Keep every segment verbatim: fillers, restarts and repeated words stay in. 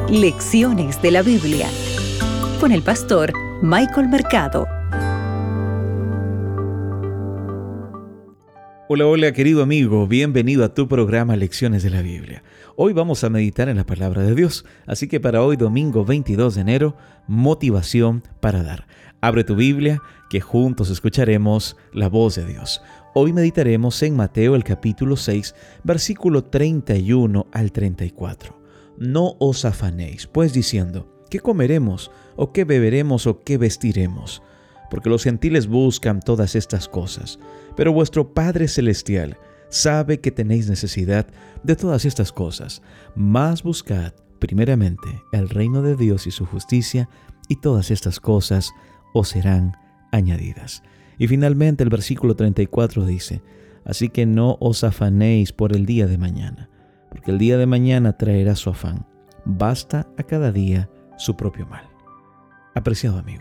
Lecciones de la Biblia con el pastor Michael Mercado. Hola, hola querido amigo, bienvenido a tu programa Lecciones de la Biblia. Hoy vamos a meditar en la palabra de Dios, así que para hoy domingo veintidós de enero, motivación para dar. Abre tu Biblia, que juntos escucharemos la voz de Dios. Hoy meditaremos en Mateo el capítulo seis, versículo treinta y uno al treinta y cuatro. No os afanéis, pues diciendo, ¿qué comeremos? ¿O qué beberemos? ¿O qué vestiremos? Porque los gentiles buscan todas estas cosas, pero vuestro Padre Celestial sabe que tenéis necesidad de todas estas cosas. Mas buscad primeramente el reino de Dios y su justicia, y todas estas cosas os serán añadidas. Y finalmente el versículo treinta y cuatro dice, así que no os afanéis por el día de mañana, porque el día de mañana traerá su afán. Basta a cada día su propio mal. Apreciado amigo,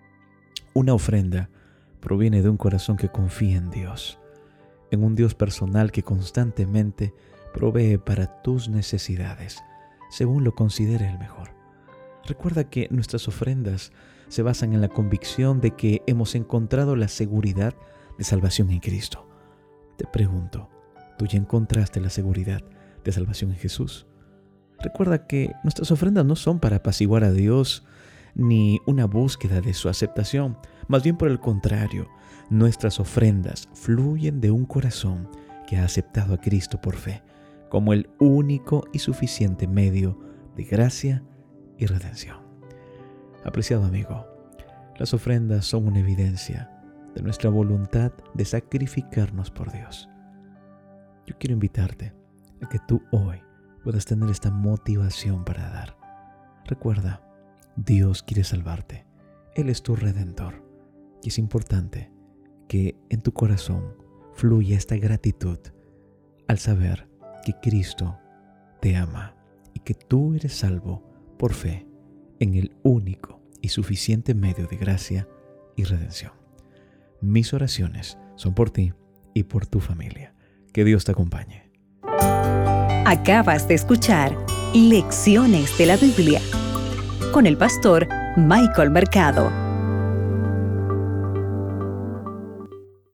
una ofrenda proviene de un corazón que confía en Dios, en un Dios personal que constantemente provee para tus necesidades, según lo considere el mejor. Recuerda que nuestras ofrendas se basan en la convicción de que hemos encontrado la seguridad de salvación en Cristo. Te pregunto, ¿tú ya encontraste la seguridad de salvación en Jesús? Recuerda que nuestras ofrendas no son para apaciguar a Dios ni una búsqueda de su aceptación. Más bien por el contrario, nuestras ofrendas fluyen de un corazón que ha aceptado a Cristo por fe, como el único y suficiente medio de gracia y redención. Apreciado amigo, las ofrendas son una evidencia de nuestra voluntad de sacrificarnos por Dios. Yo quiero invitarte a que tú hoy puedas tener esta motivación para dar. Recuerda, Dios quiere salvarte. Él es tu Redentor. Y es importante que en tu corazón fluya esta gratitud al saber que Cristo te ama y que tú eres salvo por fe en el único y suficiente medio de gracia y redención. Mis oraciones son por ti y por tu familia. Que Dios te acompañe. Acabas de escuchar Lecciones de la Biblia con el pastor Michael Mercado.